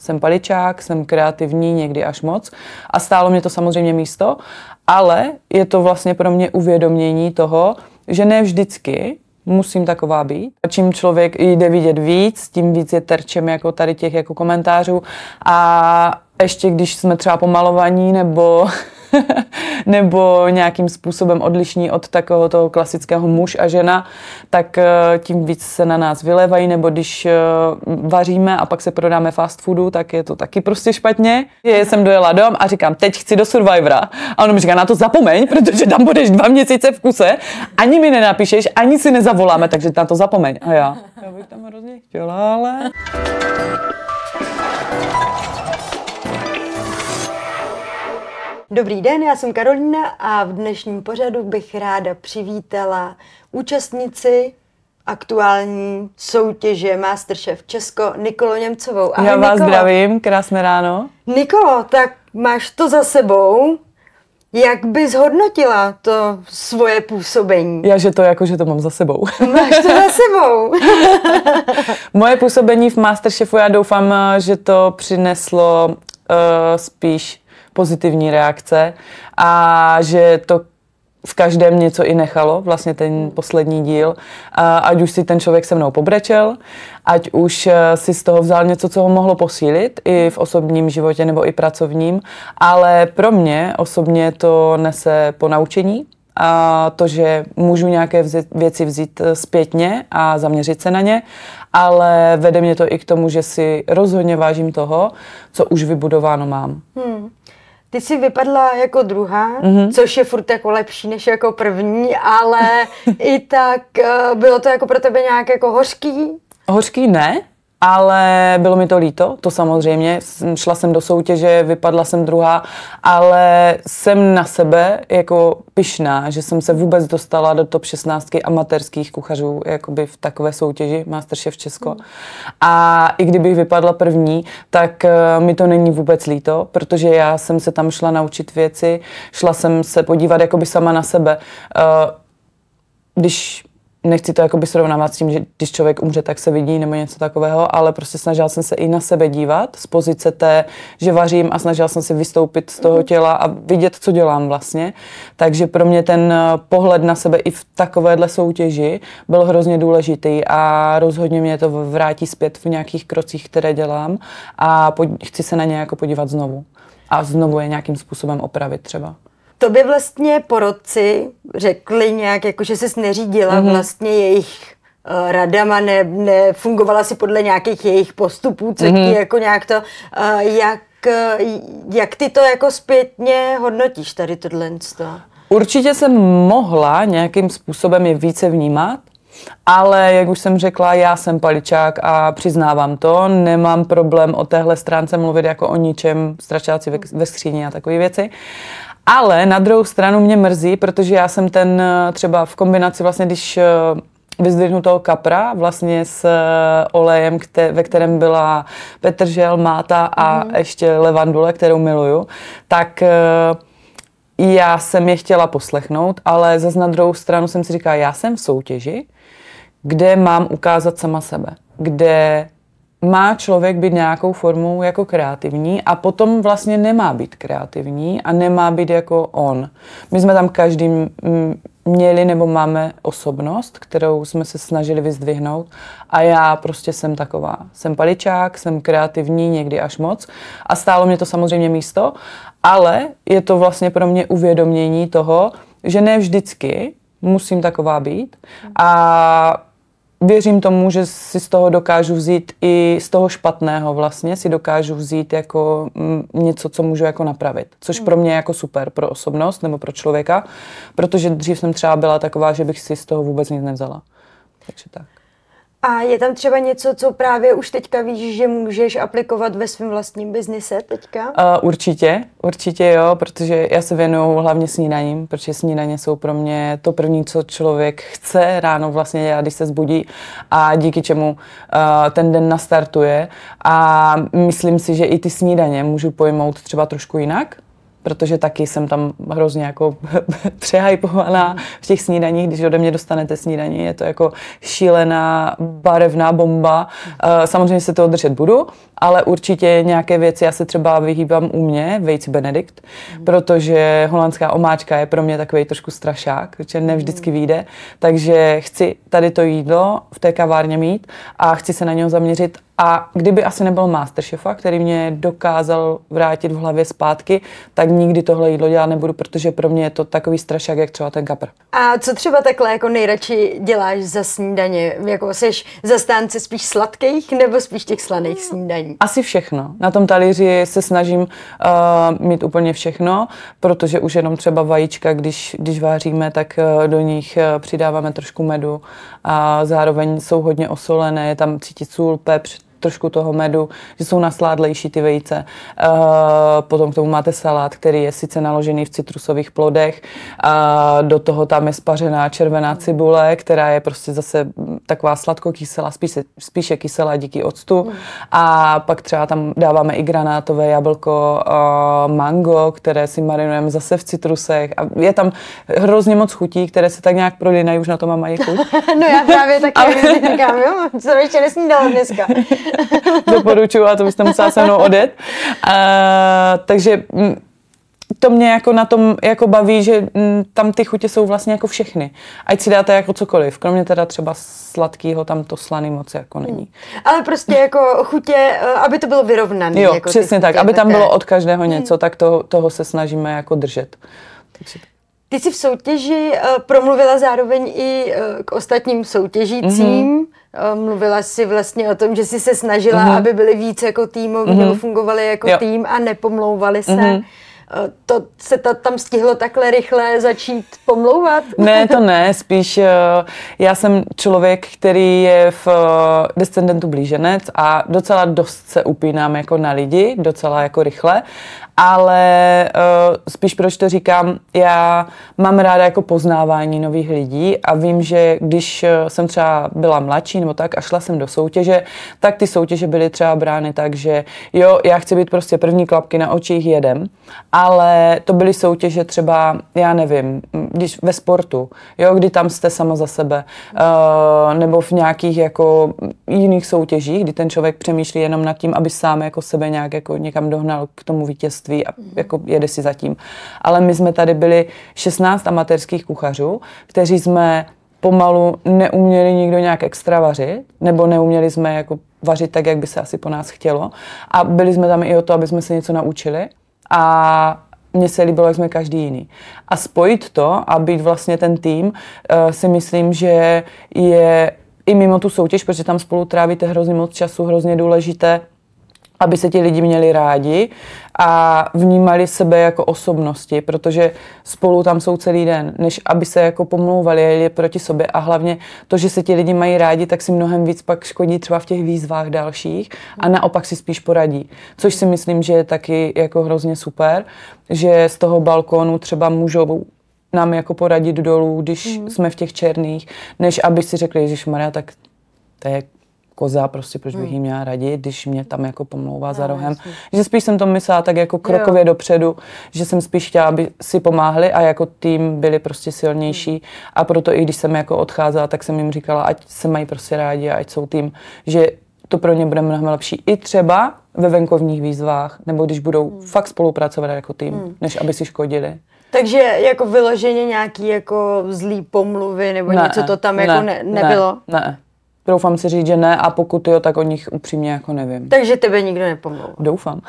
Jsem paličák, jsem kreativní, někdy až moc a stálo mě to samozřejmě místo, ale je to vlastně pro mě uvědomění toho, že ne vždycky musím taková být. Čím člověk jde vidět víc, tím víc je terčem jako tady těch jako komentářů a ještě když jsme třeba pomalovaní nebo nějakým způsobem odlišní od takového toho klasického muž a žena, tak tím víc se na nás vylévají, nebo když vaříme a pak se prodáme fast foodu, tak je to taky prostě špatně. Já jsem dojela dom a říkám, teď chci do Survivora. A on mi říká, na to zapomeň, protože tam budeš 2 měsíce v kuse, ani mi nenapíšeš, ani si nezavoláme, takže na to zapomeň. A já bych tam hrozně chtěla, ale... Dobrý den, já jsem Karolína a v dnešním pořadu bych ráda přivítala účastnici aktuální soutěže Masterchef Česko Nikolu Němcovou. Ahoj, já vás zdravím, krásné ráno. Nikolo, tak máš to za sebou. Jak bys hodnotila to svoje působení? Že to mám za sebou. Máš to za sebou. Moje působení v Masterchefu, já doufám, že to přineslo spíš pozitivní reakce a že to v každém něco i nechalo, vlastně ten poslední díl, ať už si ten člověk se mnou pobrečel, ať už si z toho vzal něco, co ho mohlo posílit i v osobním životě nebo i pracovním, ale pro mě osobně to nese ponaučení a to, že můžu nějaké věci vzít zpětně a zaměřit se na ně, ale vede mě to i k tomu, že si rozhodně vážím toho, co už vybudováno mám. Ty jsi vypadla jako druhá, což je furt jako lepší než jako první, ale i tak bylo to jako pro tebe nějak jako hořký? Hořký ne, ale bylo mi to líto, to samozřejmě. Šla jsem do soutěže, vypadla jsem druhá, ale jsem na sebe jako pyšná, že jsem se vůbec dostala do top 16 amatérských kuchařů jakoby v takové soutěži Masterchef Česko. A i kdybych vypadla první, tak mi to není vůbec líto, protože já jsem se tam šla naučit věci, šla jsem se podívat jakoby sama na sebe. Nechci to jakoby srovnávat s tím, že když člověk umře, tak se vidí nebo něco takového, ale prostě snažila jsem se i na sebe dívat z pozice té, že vařím a snažila jsem se vystoupit z toho těla a vidět, co dělám vlastně. Takže pro mě ten pohled na sebe i v takovéhle soutěži byl hrozně důležitý a rozhodně mě to vrátí zpět v nějakých krocích, které dělám a chci se na ně jako podívat znovu. A znovu je nějakým způsobem opravit třeba. Tobě vlastně porodci řekli nějak, jako že ses neřídila vlastně jejich radama, nefungovala si podle nějakých jejich postupů, co ti jako nějak to, jak ty to jako zpětně hodnotíš tady tohle? Určitě jsem mohla nějakým způsobem je více vnímat, ale jak už jsem řekla, já jsem paličák a přiznávám to, nemám problém o téhle stránce mluvit jako o ničem, strašáci ve skříni a takové věci. Ale na druhou stranu mě mrzí, protože já jsem ten třeba v kombinaci vlastně, když vyzdvihnu toho kapra vlastně s olejem, ve kterém byla petržel, máta a ještě levandule, kterou miluju, tak já jsem je chtěla poslechnout, ale zase na druhou stranu jsem si říkala, já jsem v soutěži, kde mám ukázat sama sebe, kde má člověk být nějakou formou jako kreativní a potom vlastně nemá být kreativní a nemá být jako on. My jsme tam každý měli nebo máme osobnost, kterou jsme se snažili vyzdvihnout a já prostě jsem taková. Jsem paličák, jsem kreativní, někdy až moc a stálo mě to samozřejmě místo, ale je to vlastně pro mě uvědomění toho, že ne vždycky musím taková být a věřím tomu, že si z toho dokážu vzít i z toho špatného vlastně, si dokážu vzít jako něco, co můžu jako napravit. Což pro mě je jako super pro osobnost nebo pro člověka, protože dřív jsem třeba byla taková, že bych si z toho vůbec nic nevzala. Takže tak. A je tam třeba něco, co právě už teďka víš, že můžeš aplikovat ve svém vlastním biznise teďka? Určitě jo, protože já se věnuju hlavně snídaním, protože snídaně jsou pro mě to první, co člověk chce ráno vlastně dělat, když se zbudí a díky čemu ten den nastartuje. A myslím si, že i ty snídaně můžu pojmout třeba trošku jinak, protože taky jsem tam hrozně jako přehypovaná v těch snídaních, když ode mě dostanete snídaní, je to jako šílená barevná bomba. Samozřejmě se toho držet budu, ale určitě nějaké věci, já se třeba vyhýbám u mě, vejci Benedikt, protože holandská omáčka je pro mě takový trošku strašák, protože ne vždycky vyjde, takže chci tady to jídlo v té kavárně mít a chci se na něho zaměřit. A kdyby asi nebyl Masterchefa, který mě dokázal vrátit v hlavě zpátky, tak nikdy tohle jídlo dělat nebudu, protože pro mě je to takový strašák, jak třeba ten kapr. A co třeba takhle jako nejradši děláš za snídaně? Jako seš zastánce spíš sladkých nebo spíš těch slaných snídaní? Asi všechno. Na tom talíři se snažím mít úplně všechno, protože už jenom třeba vajíčka, když váříme, tak do nich přidáváme trošku medu a zároveň jsou hodně osolené, je tam cítit sůl, pepř, trošku toho medu, že jsou nasládlejší ty vejce. Potom k tomu máte salát, který je sice naložený v citrusových plodech. Do toho tam je spařená červená cibule, která je prostě zase taková sladkokyselá, spíše kyselá díky octu. A pak třeba tam dáváme i granátové jablko, mango, které si marinujeme zase v citrusech. A je tam hrozně moc chutí, které se tak nějak prolínají, už na to mají chuť. No já právě taky říkám, jo, jsem ještě nesnídala dneska. Doporučuji, a to byste musela se mnou odjet. Takže to mě jako na tom jako baví, že tam ty chutě jsou vlastně jako všechny. Ať si dáte jako cokoliv, kromě teda třeba sladkýho, tam to slaný moc jako není. Ale prostě jako chutě, aby to bylo vyrovnané. Jo, jako přesně tak, aby tam bylo od každého něco, tak toho se snažíme jako držet. Ty jsi v soutěži promluvila zároveň i k ostatním soutěžícím. Mluvila jsi vlastně o tom, že jsi se snažila, aby byli víc jako týmoví, nebo fungovali jako tým a nepomlouvali se. To se tam stihlo takhle rychle začít pomlouvat? Ne, to ne, spíš já jsem člověk, který je v Descendentu blíženec a docela dost se upínám jako na lidi, docela jako rychle, ale spíš proč to říkám, já mám ráda jako poznávání nových lidí a vím, že když jsem třeba byla mladší nebo tak a šla jsem do soutěže, tak ty soutěže byly třeba brány tak, že jo, já chci být prostě první klapky na očích, jedem, ale to byly soutěže třeba, já nevím, když ve sportu, jo, kdy tam jste sama za sebe, nebo v nějakých jako jiných soutěžích, kdy ten člověk přemýšlí jenom nad tím, aby sám jako sebe nějak jako někam dohnal k tomu vítězství a jako jede si zatím. Ale my jsme tady byli 16 amatérských kuchařů, kteří jsme pomalu neuměli nikdo nějak extra vařit, nebo neuměli jsme jako vařit tak, jak by se asi po nás chtělo. A byli jsme tam i o to, aby jsme se něco naučili. A mně se líbilo, jak jsme každý jiný. A spojit to a být vlastně ten tým, si myslím, že je i mimo tu soutěž, protože tam spolu trávíte hrozně moc času, hrozně důležité, aby se ti lidi měli rádi a vnímali sebe jako osobnosti, protože spolu tam jsou celý den, než aby se jako pomlouvali, jeli proti sobě a hlavně to, že se ti lidi mají rádi, tak si mnohem víc pak škodí třeba v těch výzvách dalších a naopak si spíš poradí, což si myslím, že je taky jako hrozně super, že z toho balkónu třeba můžou nám jako poradit dolů, když jsme v těch černých, než aby si řekli, ježišmarja, tak to je koza, prostě proč bych jí měla radit, když mě tam jako pomlouvá za rohem. Jasný. Že spíš jsem to myslela tak jako krokově dopředu, že jsem spíš chtěla, aby si pomáhali a jako tým byli prostě silnější a proto i když jsem jako odcházela, tak jsem jim říkala, ať se mají prostě rádi a ať jsou tým, že to pro ně bude mnohem lepší. I třeba ve venkovních výzvách, nebo když budou fakt spolupracovat jako tým, než aby si škodili. Takže jako vyloženě nějaký jako zlý pomluvy nebo něco to tam jako nebylo? Ne. Doufám si říct, že ne a pokud jo, tak o nich upřímně jako nevím. Takže tebe nikdo nepomlouval? Doufám.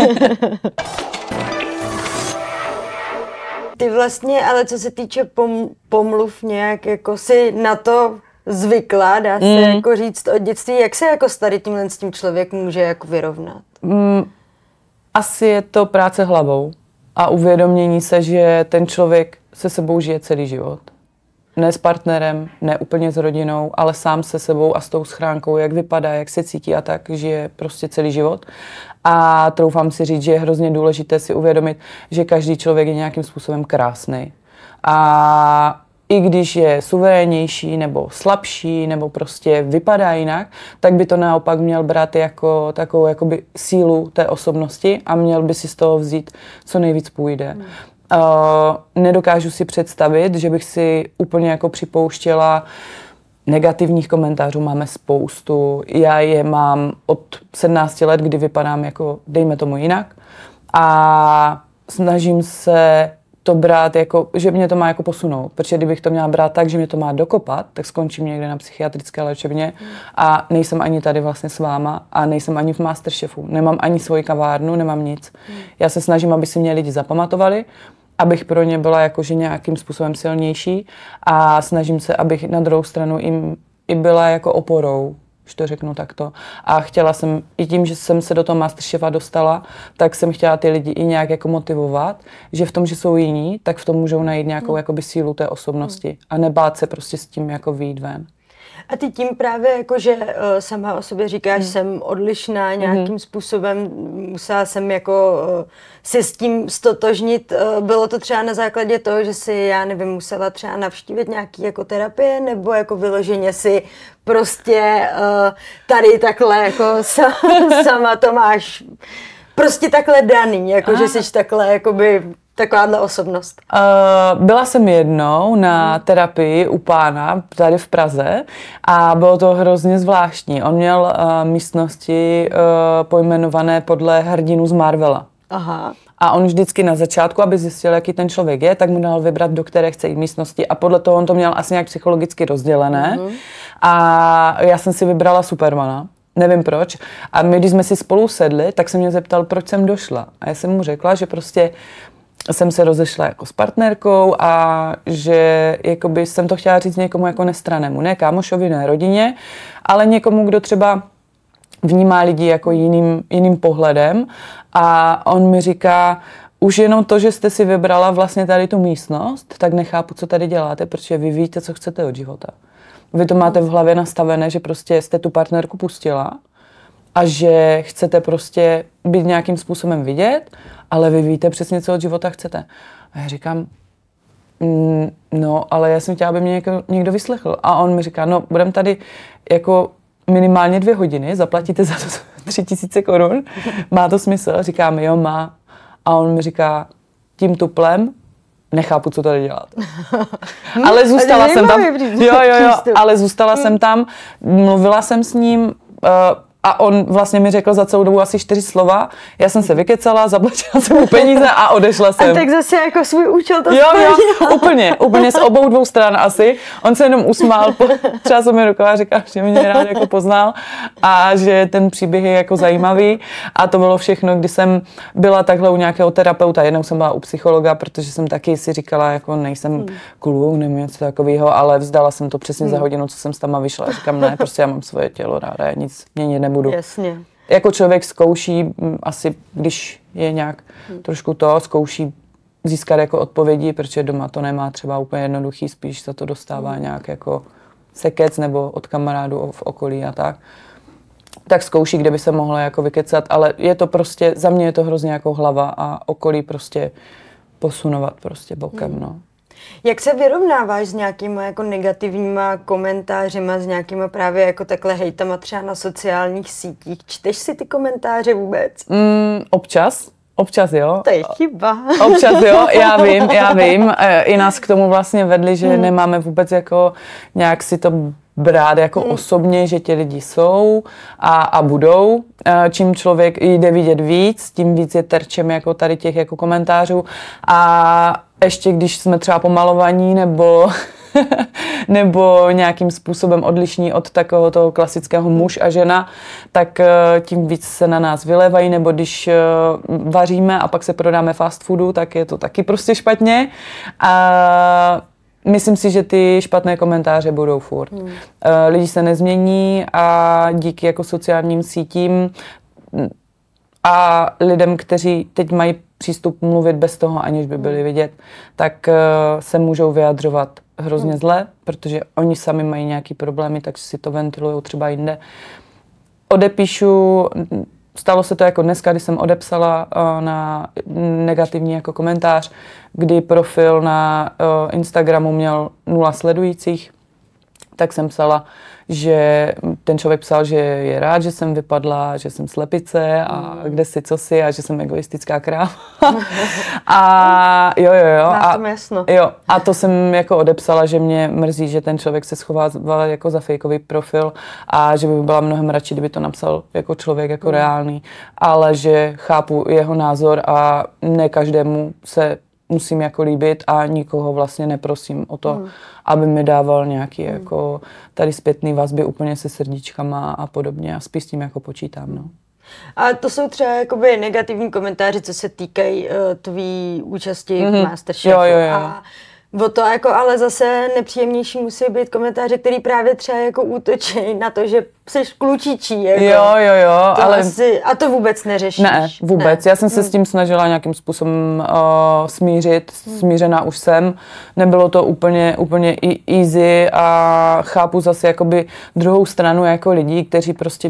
Ty vlastně, ale co se týče pomluv nějak, jako si na to zvykla, dá se jako říct od dětství, jak se jako tady tímhle s tím člověk může jako vyrovnat? Asi je to práce hlavou a uvědomění se, že ten člověk se sebou žije celý život. Ne s partnerem, ne úplně s rodinou, ale sám se sebou a s tou schránkou, jak vypadá, jak se cítí a tak, žije prostě celý život. A troufám si říct, že je hrozně důležité si uvědomit, že každý člověk je nějakým způsobem krásný. A i když je suverénnější nebo slabší nebo prostě vypadá jinak, tak by to naopak měl brát jako takovou jakoby sílu té osobnosti a měl by si z toho vzít, co nejvíc půjde. Nedokážu si představit, že bych si úplně jako připouštěla. Negativních komentářů máme spoustu. Já je mám od 17 let, kdy vypadám jako, dejme tomu jinak. A snažím se to brát jako, že mě to má jako posunout. Protože kdybych to měla brát tak, že mě to má dokopat, tak skončím někde na psychiatrické léčebně a nejsem ani tady vlastně s váma a nejsem ani v Masterchefu. Nemám ani svoji kavárnu, nemám nic. Já se snažím, aby si mě lidi zapamatovali, abych pro ně byla jakože nějakým způsobem silnější a snažím se, abych na druhou stranu jim i byla jako oporou, když to řeknu takto. A chtěla jsem, i tím, že jsem se do toho Masterchefa dostala, tak jsem chtěla ty lidi i nějak jako motivovat, že v tom, že jsou jiní, tak v tom můžou najít nějakou jakoby sílu té osobnosti a nebát se prostě s tím jako vyjít ven. A ty tím právě jakože sama o sobě říkáš, jsem odlišná nějakým způsobem, musela jsem jako se s tím stotožnit. Bylo to třeba na základě toho, že si, já nevím, musela třeba navštívit nějaký jako terapie, nebo jako vyloženě si prostě tady takhle jako sama to máš prostě takhle daný, jako že jsi takhle jakoby takováhle osobnost. Byla jsem jednou na terapii u pána tady v Praze a bylo to hrozně zvláštní. On měl místnosti pojmenované podle hrdinů z Marvela. Aha. A on vždycky na začátku, aby zjistil, jaký ten člověk je, tak mu dal vybrat, do které chce jít místnosti a podle toho on to měl asi nějak psychologicky rozdělené. A já jsem si vybrala Supermana. Nevím proč. A my, když jsme si spolu sedli, tak se mě zeptal, proč jsem došla. A já jsem mu řekla, že prostě jsem se rozešla jako s partnerkou a že jakoby jsem to chtěla říct někomu jako nestrannému, ne kámošovi, ne rodině, ale někomu, kdo třeba vnímá lidi jako jiným pohledem. A on mi říká, už jenom to, že jste si vybrala vlastně tady tu místnost, tak nechápu, co tady děláte, protože vy víte, co chcete od života. Vy to máte v hlavě nastavené, že prostě jste tu partnerku pustila a že chcete prostě být nějakým způsobem vidět, ale vy víte přesně, co od života chcete. A já říkám, no, ale já jsem chtěla, aby mě někdo vyslechl. A on mi říká, no, budeme tady jako minimálně 2 hodiny, zaplatíte za to 3000 korun, má to smysl? Říkám, jo, má. A on mi říká, tím tuplem, nechápu, co tady dělat. Ale zůstala jsem tam. Jo, ale zůstala jsem tam, mluvila jsem s ním, a on vlastně mi řekl za celou dobu asi 4 slova. Já jsem se vykecala, zaplatila jsem mu peníze a odešla jsem. A tak zase jako svůj účel to Jo, úplně z obou 2 stran asi. On se jenom usmál, třeba jsem mi rukou a říkal, že mě rád jako poznal a že ten příběh je jako zajímavý. A to bylo všechno, když jsem byla takhle u nějakého terapeuta. Jednou jsem byla u psychologa, protože jsem taky si říkala, jako nejsem cool, nebo něco takového, ale vzdala jsem to přesně za hodinu, co jsem tam vyšla. A říkám, ne, prostě já mám svoje tělo ráda, já nic měnit nebudu. Jasně. Jako člověk zkouší, asi když je nějak trošku to, zkouší získat jako odpovědi, protože doma to nemá třeba úplně jednoduchý, spíš za to dostává nějak jako sekec nebo od kamarádů v okolí a tak. Tak zkouší, kde by se mohla jako vykecat, ale je to prostě, za mě je to hrozně jako hlava a okolí prostě posunovat prostě bokem, no. Jak se vyrovnáváš s nějakýma jako negativníma komentářima, s nějakýma právě jako takhle hejtama třeba na sociálních sítích? Čteš si ty komentáře vůbec? Občas jo. To je chyba. Občas jo, já vím. I nás k tomu vlastně vedli, že nemáme vůbec jako nějak si to brát jako osobně, že ti lidi jsou a budou. Čím člověk jde vidět víc, tím víc je terčem jako tady těch jako komentářů. A ještě když jsme třeba pomalovaní nebo nějakým způsobem odlišní od takového toho klasického muž a žena, tak tím víc se na nás vylévají, nebo když vaříme a pak se prodáme fast foodu, tak je to taky prostě špatně. A myslím si, že ty špatné komentáře budou furt. Lidi se nezmění a díky jako sociálním sítím a lidem, kteří teď mají přístup mluvit bez toho, aniž by byli vidět, tak se můžou vyjadřovat hrozně zle, protože oni sami mají nějaký problémy, takže si to ventilujou třeba jinde. Odepíšu stalo se to jako dneska, když jsem odepsala na negativní jako komentář, kdy profil na Instagramu měl 0 sledujících, tak jsem psala, že ten člověk psal, že je rád, že jsem vypadla, že jsem slepice a kde si, co si a že jsem egoistická kráva. A jo. Má tomu jasno. Jo, a to jsem jako odepsala, že mě mrzí, že ten člověk se schovával jako za fejkový profil a že by byla mnohem radši, kdyby to napsal jako člověk jako reálný, ale že chápu jeho názor a ne každému se musím jako líbit a nikoho vlastně neprosím o to, aby mi dával nějaký jako tady zpětný vazby úplně se srdíčkama a podobně a spíš s tím jako počítám, no. A to jsou třeba jakoby negativní komentáře, co se týkají tvý účasti v Masterchefu. Jo. A o to jako ale zase nepříjemnější musí být komentáře, který právě třeba jako útočí na to, že jsi klučičí. Jako. Jo, to ale... A to vůbec neřešíš. Ne, vůbec. Ne. Já jsem se s tím snažila nějakým způsobem smířit. Smířená už jsem. Nebylo to úplně easy a chápu zase jakoby druhou stranu jako lidí, kteří prostě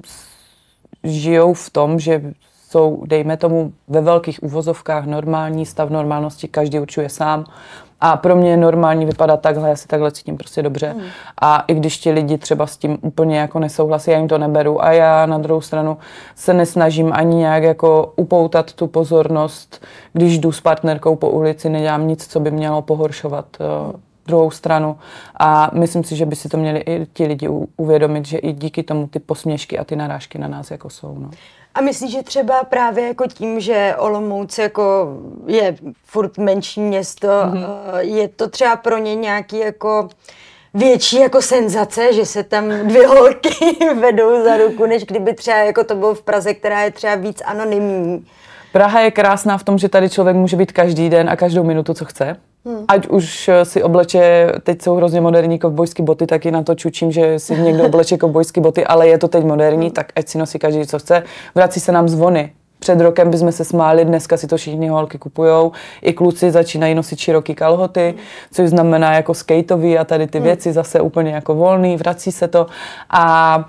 žijou v tom, že jsou, dejme tomu, ve velkých uvozovkách normální stav normálnosti, každý určuje sám. A pro mě je normální vypadat takhle, já si takhle cítím prostě dobře. A i když ti lidi třeba s tím úplně jako nesouhlasí, já jim to neberu. A já na druhou stranu se nesnažím ani nějak jako upoutat tu pozornost, když jdu s partnerkou po ulici, nedělám nic, co by mělo pohoršovat druhou stranu. A myslím si, že by si to měli i ti lidi uvědomit, že i díky tomu ty posměšky a ty narážky na nás jako jsou. No. A myslíš, že třeba právě jako tím, že Olomouc jako je furt menší město, je to třeba pro ně nějaký jako větší jako senzace, že se tam 2 holky vedou za ruku, než kdyby třeba jako to bylo v Praze, která je třeba víc anonymní? Praha je krásná v tom, že tady člověk může být každý den a každou minutu, co chce. Ať už si obleče, teď jsou hrozně moderní kovbojské boty, taky na to čučím, že si někdo obleče kovbojské boty, ale je to teď moderní, tak ať si nosí každý, co chce. Vrací se nám zvony. Před rokem bychom se smáli, dneska si to všichni holky kupujou. I kluci začínají nosit široký kalhoty, což znamená jako skateový a tady ty věci zase úplně jako volný, vrací se to. A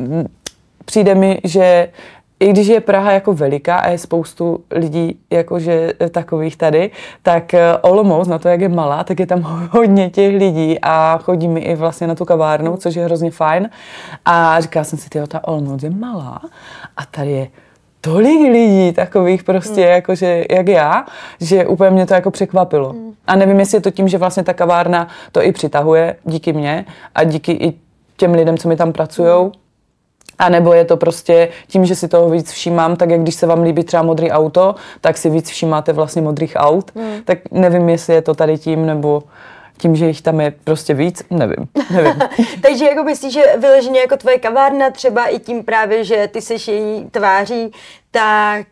přijde mi, že i když je Praha jako veliká a je spoustu lidí jakože takových tady, tak Olomouc na to, jak je malá, tak je tam hodně těch lidí a chodí mi i vlastně na tu kavárnu, což je hrozně fajn. A říkala jsem si, ta Olomouc je malá a tady je tolik lidí takových prostě jakože jak já, že úplně mě to jako překvapilo. A nevím, jestli je to tím, že vlastně ta kavárna to i přitahuje díky mně a díky i těm lidem, co mi tam pracujou. A nebo je to prostě tím, že si toho víc všímám, tak jak když se vám líbí třeba modrý auto, tak si víc všímáte vlastně modrých aut. Tak nevím, jestli je to tady tím, nebo tím, že jich tam je prostě víc, nevím. Takže jako myslíš, že vyloženě jako tvoje kavárna třeba i tím právě, že ty seš její tváří, tak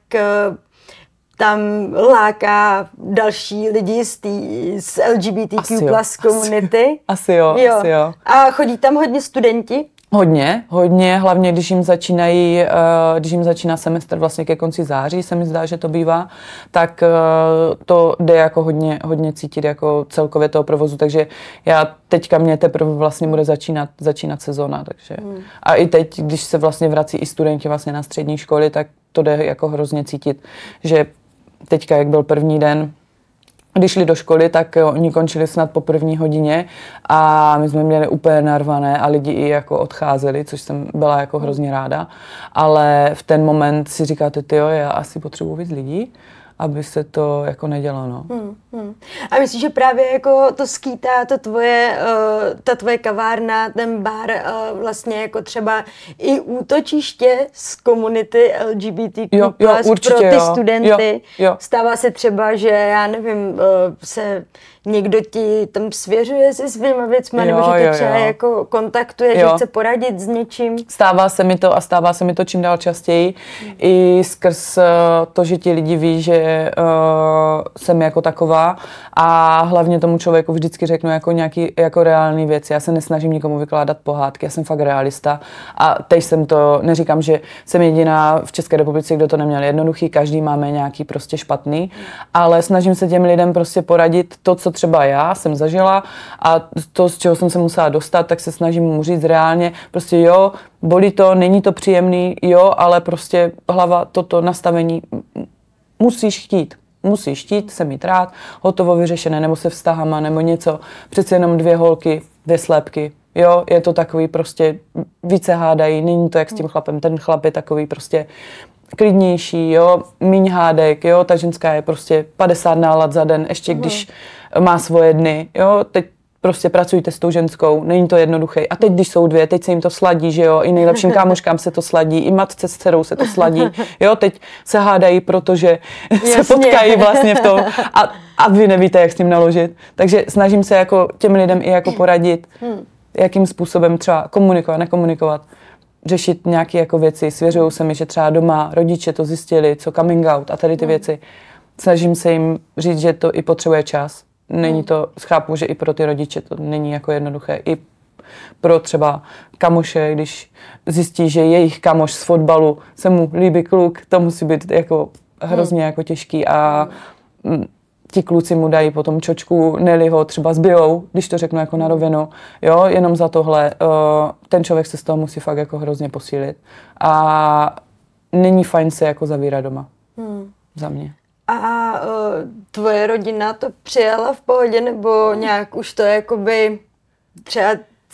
tam láká další lidi z LGBTQ plus komunity. Asi jo. A chodí tam hodně studenti? Hodně, hlavně když jim začíná semestr vlastně ke konci září, se mi zdá, že to bývá, tak to jde jako hodně cítit jako celkově toho provozu, takže teďka mě teprve vlastně bude začínat sezona, takže a i teď, když se vlastně vrací i studenti vlastně na střední školy, tak to jde jako hrozně cítit, že teďka, jak byl první den, když šli do školy, tak oni končili snad po 1. hodině a my jsme měli úplně narvané a lidi i jako odcházeli, což jsem byla jako hrozně ráda. Ale v ten moment si říkáte, já asi potřebuji víc lidí, aby se to jako nedělo, no. A myslíš, že právě jako to skýtá ta tvoje kavárna, ten bar, vlastně jako třeba i útočiště z komunity LGBTQ+, určitě, pro ty studenty. Jo. Stává se třeba, že já nevím, se někdo ti tam svěřuje se svýma věcma, nebo že tě třeba jako kontaktuje, že chce poradit s něčím. Stává se mi to čím dál častěji. I skrz to, že ti lidi ví, že jsem jako taková a hlavně tomu člověku vždycky řeknu jako nějaký jako reální věc. Já se nesnažím nikomu vykládat pohádky, já jsem fakt realista a teď jsem to, neříkám, že jsem jediná v České republice, kdo to neměl jednoduchý, každý máme nějaký prostě špatný, ale snažím se těm lidem prostě poradit to, co třeba já jsem zažila a to, z čeho jsem se musela dostat, tak se snažím mu říct reálně, prostě jo, bolí to, není to příjemný, jo, ale prostě hlava, toto nastavení musíš chtít se mít rád, hotovo vyřešené, nebo se vztahama, nebo něco, přece jenom 2 holky, 2 slépky, jo, je to takový prostě, více hádají, není to jak s tím chlapem, ten chlap je takový prostě klidnější, jo, míň hádek, jo, ta ženská je prostě 50 nálad za den, ještě když má svoje dny, jo, teď prostě pracujte s tou ženskou, není to jednoduché. A teď, když jsou 2, teď se jim to sladí, že jo, i nejlepším kámoškám se to sladí, i matce s dcerou se to sladí, jo, teď se hádají, protože se potkají vlastně v tom a vy nevíte, jak s tím naložit. Takže snažím se jako těm lidem i jako poradit, jakým způsobem třeba komunikovat, nekomunikovat, řešit nějaké jako věci. Svěřují se mi, že třeba doma rodiče to zjistili, co coming out a tady ty věci. Snažím se jim říct, že to i potřebuje čas. Není to, chápu, že i pro ty rodiče to není jako jednoduché. I pro třeba kamoše, když zjistí, že jejich kamoš z fotbalu se mu líbí kluk, to musí být jako hrozně jako těžký a ti kluci mu dají potom čočku, neli ho třeba zbijou, když to řeknu jako na rovinu, jo, jenom za tohle, ten člověk se z toho musí fakt jako hrozně posílit a není fajn se jako zavírat doma, za mě. A tvoje rodina to přijala v pohodě, nebo nějak už to jakoby třeba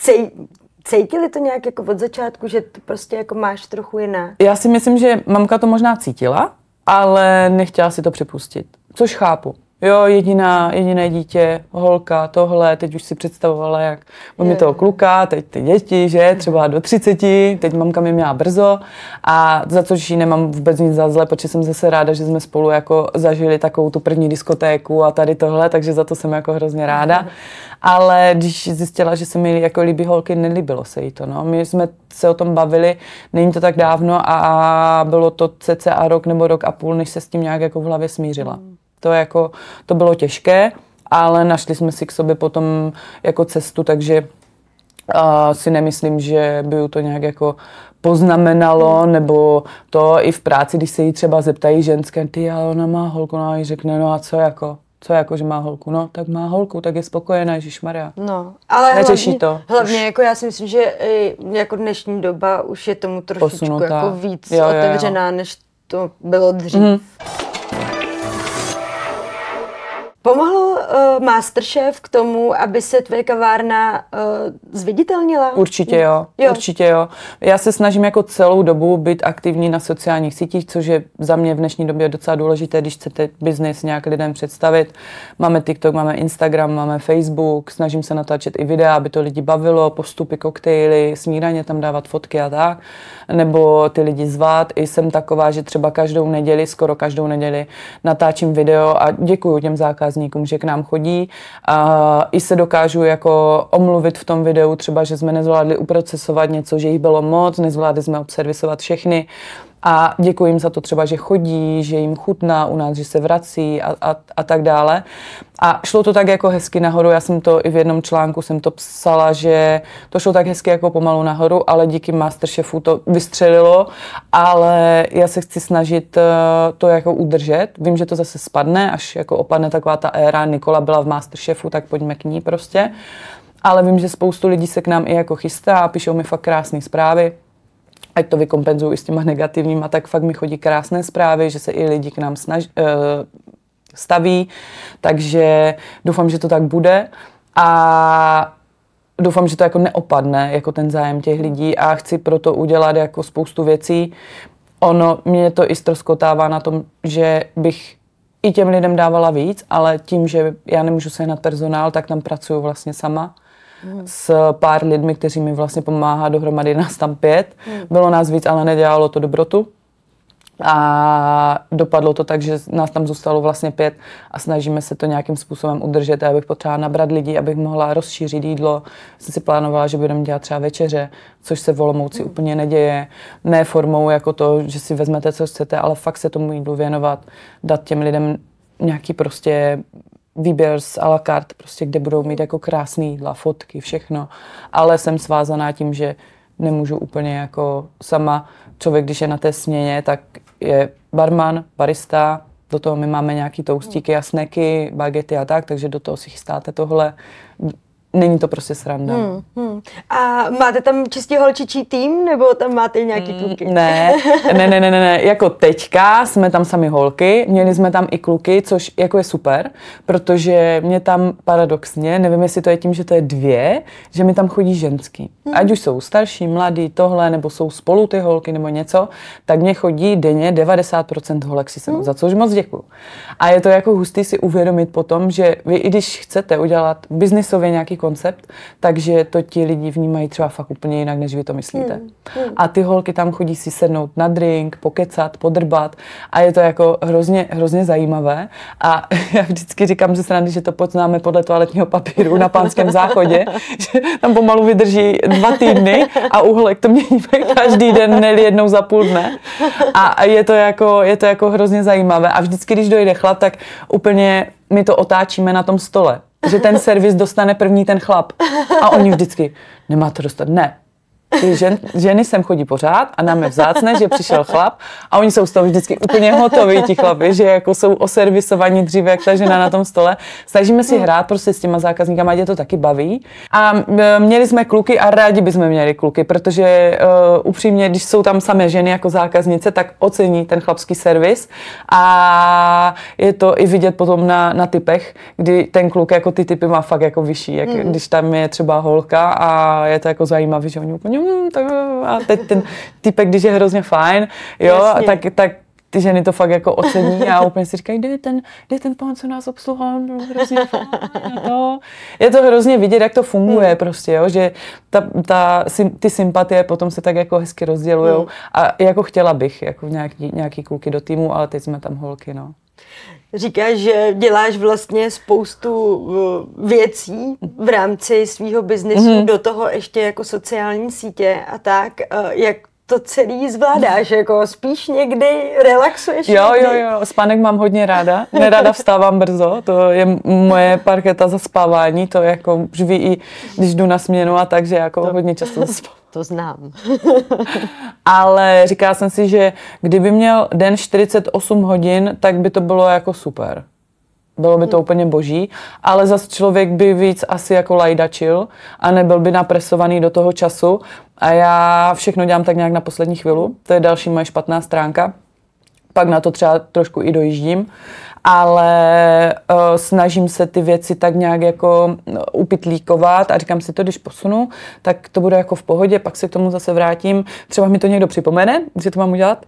cítili to nějak jako od začátku, že to prostě jako máš trochu jiná? Já si myslím, že mamka to možná cítila, ale nechtěla si to připustit, což chápu. Jo, jediné dítě, holka, tohle, teď už si představovala, jak mám toho kluka, teď ty děti, že, třeba do 30, teď mamka mě měla brzo a za což jí nemám vůbec nic za zle, protože jsem zase ráda, že jsme spolu jako zažili takovou tu první diskotéku a tady tohle, takže za to jsem jako hrozně ráda. Ale když zjistila, že se mi jako líbí holky, nelíbilo se jí to, no. My jsme se o tom bavili, není to tak dávno a bylo to cca rok nebo rok a půl, než se s tím nějak jako v hlavě smířila. To bylo těžké, ale našli jsme si k sobě potom jako cestu, takže si nemyslím, že by to nějak jako poznamenalo, nebo to i v práci, když se jí třeba zeptají ženské, ty, ale ona má holku, no a jí řekne, no a co jako, že má holku, no tak má holku, tak je spokojená, ježišmarja. No, ale hlavně už. jako já si myslím, že jako dnešní doba už je tomu trošičku posunutá. Jako víc otevřená, než to bylo dřív. Pomohl Masterchef k tomu, aby se tvoje kavárna zviditelnila? Určitě jo. Já se snažím jako celou dobu být aktivní na sociálních sítích, což je za mě v dnešní době docela důležité, když chcete biznis nějak lidem představit. Máme TikTok, máme Instagram, máme Facebook, snažím se natáčet i videa, aby to lidi bavilo, postupy, koktejly, snídaně, tam dávat fotky a tak, nebo ty lidi zvát. I jsem taková, že třeba skoro každou neděli natáčím video a děkuju těm zákazníkům, že k nám chodí. I se dokážu jako omluvit v tom videu, třeba, že jsme nezvládli uprocesovat něco, že jich bylo moc, nezvládli jsme observisovat všechny. A děkuji jim za to třeba, že chodí, že jim chutná u nás, že se vrací a tak dále. A šlo to tak jako hezky nahoru, já jsem to i v jednom článku jsem to psala, že to šlo tak hezky jako pomalu nahoru, ale díky Masterchefu to vystřelilo, ale já se chci snažit to jako udržet. Vím, že to zase spadne, až jako opadne taková ta éra, Nikola byla v Masterchefu, tak pojďme k ní prostě. Ale vím, že spoustu lidí se k nám i jako chystá a píšou mi fakt krásné zprávy. Ať to vykompenzuju i s těma negativníma, tak fakt mi chodí krásné zprávy, že se i lidi k nám staví, takže doufám, že to tak bude a doufám, že to jako neopadne, jako ten zájem těch lidí a chci proto udělat jako spoustu věcí. Mě to i ztroskotává na tom, že bych i těm lidem dávala víc, ale tím, že já nemůžu sehnat personál, tak tam pracuju vlastně sama. S pár lidmi, kteří mi vlastně pomáhá, dohromady nás tam 5. Bylo nás víc, ale nedělalo to dobrotu. A dopadlo to tak, že nás tam zůstalo vlastně 5 a snažíme se to nějakým způsobem udržet. Já bych potřebovala nabrat lidi, abych mohla rozšířit jídlo. Jsem si plánovala, že budeme dělat třeba večeře, což se v Olomouci úplně neděje. Ne formou jako to, že si vezmete, co chcete, ale fakt se tomu jídlu věnovat, dát těm lidem nějaký prostě výběr z à la carte, prostě, kde budou mít jako krásný jídla, fotky, všechno. Ale jsem svázaná tím, že nemůžu úplně jako sama. Člověk, když je na té směně, tak je barman, barista, do toho my máme nějaký toustíky a snacky, bagety a tak, takže do toho si chystáte tohle. Není to prostě sranda. A máte tam čistě holčičí tým, nebo tam máte nějaký kluky? Ne. Jako teďka jsme tam sami holky, měli jsme tam i kluky, což jako je super, protože mě tam paradoxně, nevím, jestli to je tím, že to je 2, že mi tam chodí ženský. Ať už jsou starší, mladí, tohle, nebo jsou spolu ty holky, nebo něco, tak mě chodí denně 90% holek si sem, za což moc děkuju. A je to jako hustý si uvědomit potom, že vy, i když chcete udělat biznisově nějaký koncept, takže to ti lidi vnímají třeba fakt úplně jinak, než vy to myslíte. A ty holky tam chodí si sednout na drink, pokecat, podrbat a je to jako hrozně zajímavé. A já vždycky říkám, že srandy, že to poznáme podle toaletního papíru na Pánském záchodě, že tam pomalu vydrží 2 týdny a u holek to měníme každý den, ne jednou za půl dne. A je to jako hrozně zajímavé. A vždycky, když dojde chlap, tak úplně my to otáčíme na tom stole. Že ten servis dostane první ten chlap. A oni vždycky, nemá to dostat. Ne. Ty ženy sem chodí pořád a nám je vzácné, že přišel chlap a oni jsou z toho vždycky úplně hotoví, ti chlapi, že jako jsou oservisovaní dříve, jak ta žena na tom stole. Snažíme si hrát prostě s těma zákazníkama, ať je to taky baví. A měli jsme kluky a rádi bychom měli kluky, protože upřímně, když jsou tam samé ženy jako zákaznice, tak ocení ten chlapský servis a je to i vidět potom na typech, kdy ten kluk jako ty typy má fakt jako vyšší, jak když tam je třeba holka a je to jako zajímavý, že oni úplně a teď ten typek, když je hrozně fajn, jo, tak ty ženy to fakt jako ocení a úplně si říkají, kde je ten pán, co nás obsluhoval, hrozně fajn. Je to hrozně vidět, jak to funguje prostě, jo, že ty sympatie potom se tak jako hezky rozdělujou a jako chtěla bych jako nějaký kluky do týmu, ale teď jsme tam holky, no. Říkáš, že děláš vlastně spoustu věcí v rámci svýho biznesu, do toho ještě jako sociální sítě a tak. Jak to celý zvládáš? Jako spíš někdy relaxuješ? Jo, spánek mám hodně ráda. Nerada vstávám brzo, to je moje parketa zaspávání, to jako už ví i když jdu na směnu a tak, že jako hodně často zaspávám. To znám. Ale říkala jsem si, že kdyby měl den 48 hodin, tak by to bylo jako super. Bylo by to úplně boží, ale zas člověk by víc asi jako lajdačil a nebyl by napresovaný do toho času a já všechno dělám tak nějak na poslední chvíli, to je další moje špatná stránka. Pak na to třeba trošku i dojíždím, ale snažím se ty věci tak nějak jako upitlíkovat a říkám si to, když posunu, tak to bude jako v pohodě, pak se k tomu zase vrátím. Třeba mi to někdo připomene, že to mám udělat.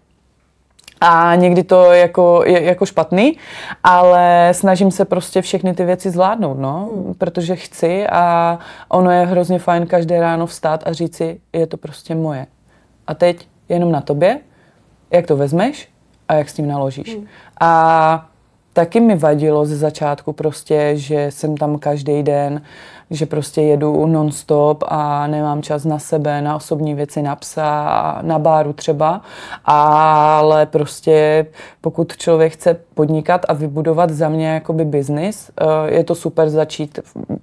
A někdy to je jako špatný, ale snažím se prostě všechny ty věci zvládnout, no, protože chci a ono je hrozně fajn každé ráno vstát a říct si, je to prostě moje. A teď jenom na tobě, jak to vezmeš a jak s tím naložíš. A taky mi vadilo ze začátku prostě, že jsem tam každý den, že prostě jedu non-stop a nemám čas na sebe, na osobní věci, na psa, na báru třeba, ale prostě pokud člověk chce podnikat a vybudovat za mě jakoby biznis, je to super začít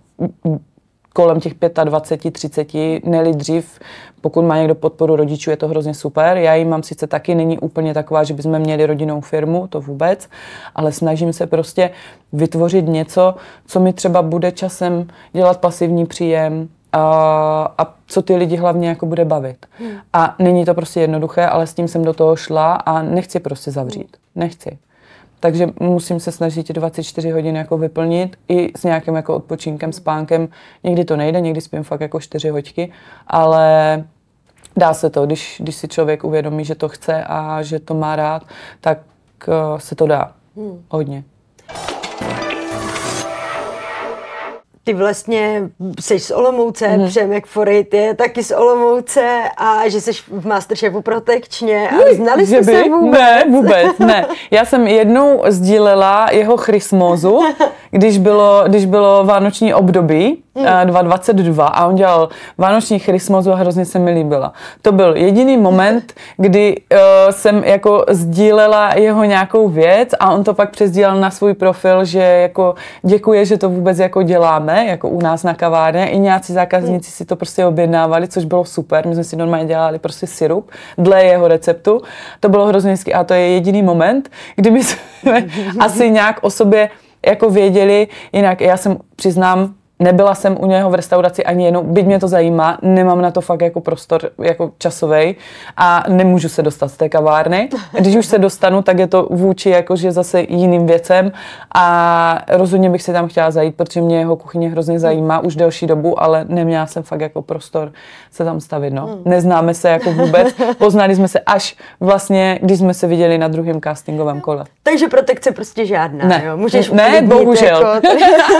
kolem těch 25, 30, ne-li dřív, pokud má někdo podporu rodičů, je to hrozně super. Já ji mám sice taky, není úplně taková, že bychom měli rodinnou firmu, to vůbec, ale snažím se prostě vytvořit něco, co mi třeba bude časem dělat pasivní příjem a co ty lidi hlavně jako bude bavit. A není to prostě jednoduché, ale s tím jsem do toho šla a nechci prostě zavřít. Nechci. Takže musím se snažit 24 hodin jako vyplnit i s nějakým jako odpočinkem, spánkem. Někdy to nejde, někdy spím fakt jako 4 hoďky, ale dá se to, když si člověk uvědomí, že to chce a že to má rád, tak se to dá hodně. ty vlastně jsi z Olomouce, Přemek Forit je taky z Olomouce a že jsi v Masterchefu Protečně a znali jste se vůbec? Ne, vůbec, ne. Já jsem jednou sdílela jeho chrysmózu, když bylo vánoční období, 2022 a on dělal vánoční chrysmózu a hrozně se mi líbila. To byl jediný moment, kdy jsem jako sdílela jeho nějakou věc a on to pak přesdílel na svůj profil, že jako děkuje, že to vůbec jako děláme, jako u nás na kavárně. I nějací zákazníci si to prostě objednávali, což bylo super. My jsme si normálně dělali prostě sirup dle jeho receptu. To bylo hrozně hezky a to je jediný moment, kdy my jsme asi nějak o sobě jako věděli, jinak já jsem, přiznám, nebyla jsem u něho v restauraci ani jednou, byť mě to zajímá, nemám na to fakt jako prostor jako časovej a nemůžu se dostat z té kavárny. Když už se dostanu, tak je to vůči jakože zase jiným věcem a rozhodně bych si tam chtěla zajít, protože mě jeho kuchyně hrozně zajímá už delší dobu, ale neměla jsem fakt jako prostor se tam stavit, no. Neznáme se jako vůbec, poznali jsme se až vlastně, když jsme se viděli na druhém castingovém kole. Takže protekce prostě žádná, ne. Jo? Můžeš ne, bohužel. Jako...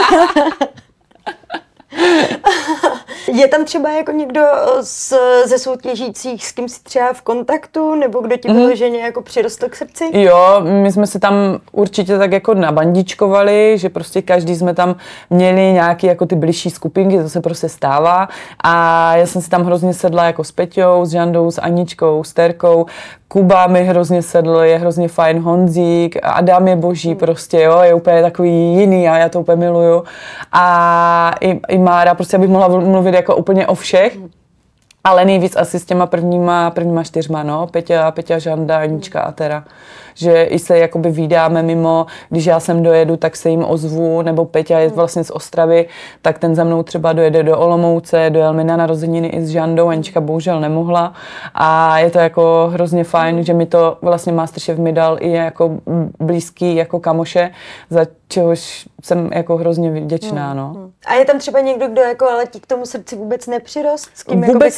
Je tam třeba jako někdo ze soutěžících, s kým jsi třeba v kontaktu, nebo kdo ti vyloženě jako přirostl k srdci? Jo, my jsme se tam určitě tak jako nabandičkovali, že prostě každý jsme tam měli nějaký jako ty bližší skupinky, to se prostě stává a já jsem si tam hrozně sedla jako s Peťou, s Žandou, s Aničkou, s Terkou. Kuba mi hrozně sedl, je hrozně fajn, Honzík, Adam je boží prostě, jo, je úplně takový jiný a já to úplně miluju. A i Mára, prostě abych mohla mluvit jako úplně o všech, ale nejvíc asi s těma prvníma 4, no, Peťa, Žanda, Anička a Tera. Že i se jakoby vídáme mimo, když já sem dojedu, tak se jim ozvu, nebo Peťa je vlastně z Ostravy, tak ten za mnou třeba dojede do Olomouce, dojel mi na narozeniny i s Žandou, Anička bohužel nemohla a je to jako hrozně fajn, že mi to vlastně Masterchef mi dal i jako blízký jako kamoše, za čehož jsem jako hrozně vděčná, no. A je tam třeba někdo, kdo jako ale ti k tomu srdci vůbec nepřirost? S kým vůbec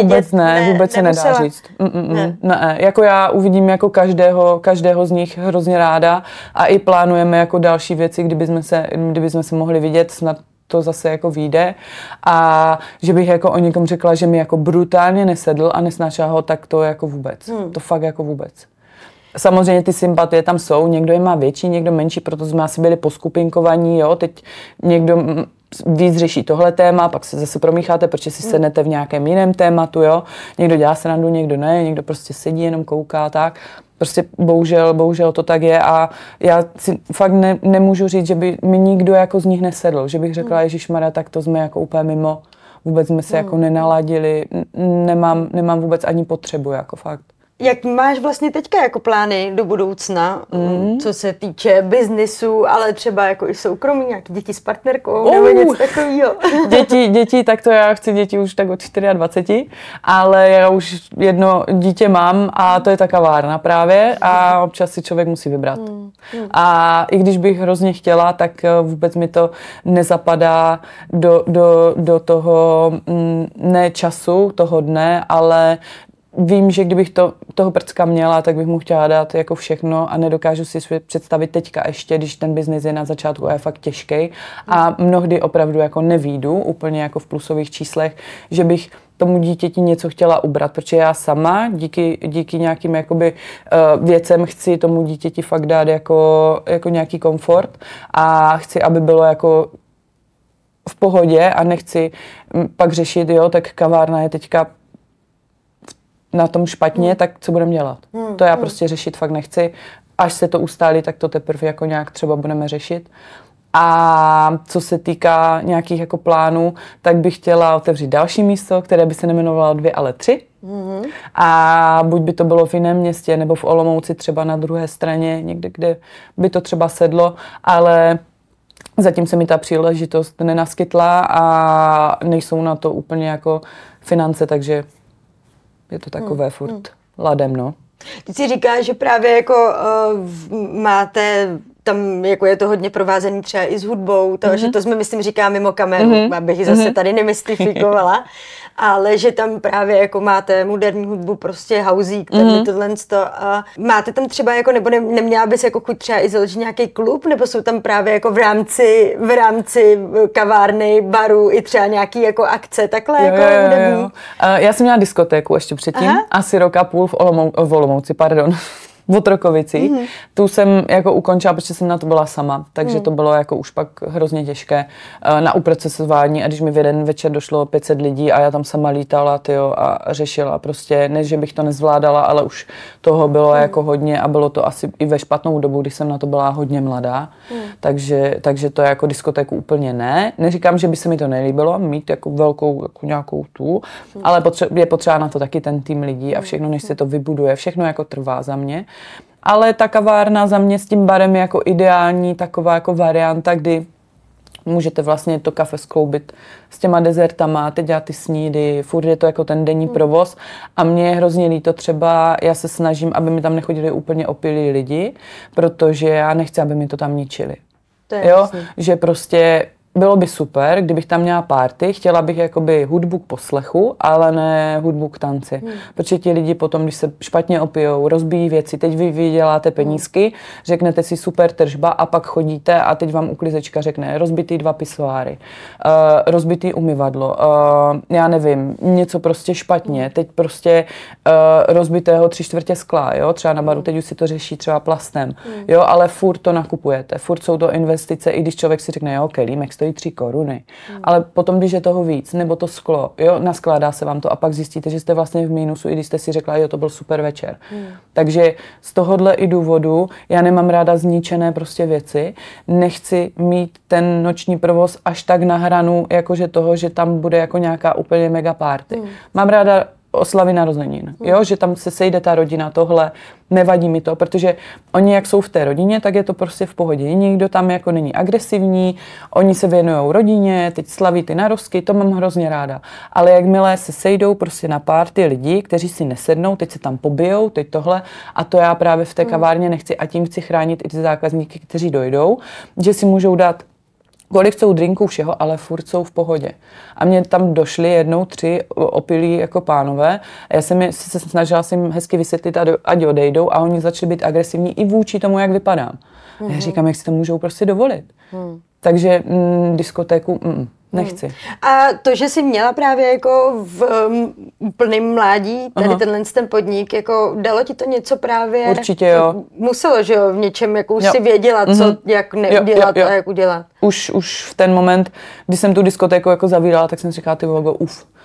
se nedá říct. Ne. Jako já uvidím jako každého z nich hrozně ráda a i plánujeme jako další věci, kdyby jsme se mohli vidět, snad to zase jako vyjde a že bych jako o někom řekla, že mi jako brutálně nesedl a nesnášela ho, tak to jako vůbec. To fakt jako vůbec. Samozřejmě ty sympatie tam jsou, někdo je má větší, někdo menší, proto jsme asi byli poskupinkovaní, jo, teď někdo víc řeší tohle téma, pak se zase promícháte, protože si sednete v nějakém jiném tématu, jo, někdo dělá srandu, někdo ne, někdo prostě sedí, jenom kouká, tak. Prostě bohužel to tak je a já si fakt nemůžu říct, že by mi nikdo jako z nich nesedl, že bych řekla, ježišmarja, tak to jsme jako úplně mimo, vůbec jsme se jako nenaladili, nemám vůbec ani potřebu, jako fakt. Jak máš vlastně teďka jako plány do budoucna, co se týče biznisu, ale třeba jako i soukromí, nějaký děti s partnerkou nebo něco takového? Děti, tak to já chci děti už tak od 24, ale já už jedno dítě mám a to je ta kavárna právě a občas si člověk musí vybrat. A i když bych hrozně chtěla, tak vůbec mi to nezapadá do toho ne času, toho dne, ale vím, že kdybych toho prcka měla, tak bych mu chtěla dát jako všechno a nedokážu si představit teďka ještě, když ten biznis je na začátku a je fakt těžký a mnohdy opravdu jako nevídu úplně jako v plusových číslech, že bych tomu dítěti něco chtěla ubrat, protože já sama díky nějakým jakoby věcem chci tomu dítěti fakt dát jako nějaký komfort a chci, aby bylo jako v pohodě a nechci pak řešit, jo, tak kavárna je teďka na tom špatně, tak co budeme dělat? To já prostě řešit fakt nechci. Až se to ustálí, tak to teprve jako nějak třeba budeme řešit. A co se týká nějakých jako plánů, tak bych chtěla otevřít další místo, které by se nemenovalo 2, ale 3. A buď by to bylo v jiném městě, nebo v Olomouci třeba na druhé straně, někde, kde by to třeba sedlo, ale zatím se mi ta příležitost nenaskytla a nejsou na to úplně jako finance, takže je to takové furt ladem, no. Ty si říkáš, že právě jako máte tam jako je to hodně provázený třeba i s hudbou, že to jsme, myslím, říká mimo kameru, abych ji zase tady nemystifikovala, ale že tam právě jako máte moderní hudbu, prostě houseík, tohle a máte tam třeba jako, nebo neměla bys jako chuť třeba i založit nějaký klub, nebo jsou tam právě jako v rámci kavárny, baru i třeba nějaký jako akce, takhle jako hudební? Jo. Já jsem měla diskotéku ještě předtím, asi rok a půl v Olomouci, v Otrokovicích. Tu jsem jako ukončila, protože jsem na to byla sama, takže to bylo jako už pak hrozně těžké na uprocesování a když mi v jeden večer došlo 500 lidí a já tam sama lítala a řešila prostě, ne, že bych to nezvládala, ale už toho bylo jako hodně a bylo to asi i ve špatnou dobu, když jsem na to byla hodně mladá, takže to jako diskotéku úplně ne. Neříkám, že by se mi to nelíbilo, mít jako velkou jako nějakou tu, ale je potřeba na to taky ten tým lidí a všechno, než se to vybuduje, všechno jako trvá za mě. Ale ta kavárna za mě s tím barem je jako ideální taková jako varianta, kdy můžete vlastně to kafe skloubit s těma dezertama, teď dělat ty snídy, furt je to jako ten denní provoz a mně je hrozně líto třeba, já se snažím, aby mi tam nechodili úplně opilí lidi, protože já nechci, aby mi to tam ničili. To je jasný. Že prostě bylo by super, kdybych tam měla party, chtěla bych jakoby hudbu k poslechu, ale ne hudbu k tanci. Protože ti lidi potom, když se špatně opijou, rozbíjí věci, teď vy vyděláte penízky, řeknete si super tržba a pak chodíte a teď vám uklizečka řekne rozbitý 2 pisoáry, rozbitý umyvadlo, já nevím, něco prostě špatně, teď prostě rozbitého 3/4 skla, jo, třeba na baru, teď už si to řeší třeba plastem, jo, ale furt to nakupujete, furt jsou to investice, i když člověk si řekne, jo, kelímek stojí 3 koruny, ale potom, když je toho víc, nebo to sklo, jo, naskládá se vám to a pak zjistíte, že jste vlastně v mínusu, i když jste si řekla, jo, to byl super večer. Takže z tohohle i důvodu já nemám ráda zničené prostě věci, nechci mít ten noční provoz až tak na hranu, jakože toho, že tam bude jako nějaká úplně mega party. Mám ráda oslavy narozenin, jo, že tam se sejde ta rodina, tohle, nevadí mi to, protože oni jak jsou v té rodině, tak je to prostě v pohodě. Nikdo tam jako není agresivní, oni se věnujou rodině, teď slaví ty narozky, to mám hrozně ráda. Ale jakmile se sejdou prostě na party lidi, kteří si nesednou, teď se tam pobijou, teď tohle a to já právě v té kavárně nechci a tím chci chránit i ty zákazníky, kteří dojdou, že si můžou dát kolik chcou drinků všeho, ale furt jsou v pohodě. A mě tam došli jednou 3 opilí jako pánové a já jsem se snažila si jim hezky vysvětlit, ať odejdou a oni začali být agresivní i vůči tomu, jak vypadám. Já říkám, jak si to můžou prostě dovolit. Takže diskotéku nechci. A to, že jsi měla právě jako v plném mládí tady ten podnik, jako dalo ti to něco právě? Určitě jo. Muselo, že jo, v něčem, jako už si věděla, co, jak neudělat a jak udělat. Už v ten moment, kdy jsem tu diskotéku jako zavírala, tak jsem si říkala, ty vogo,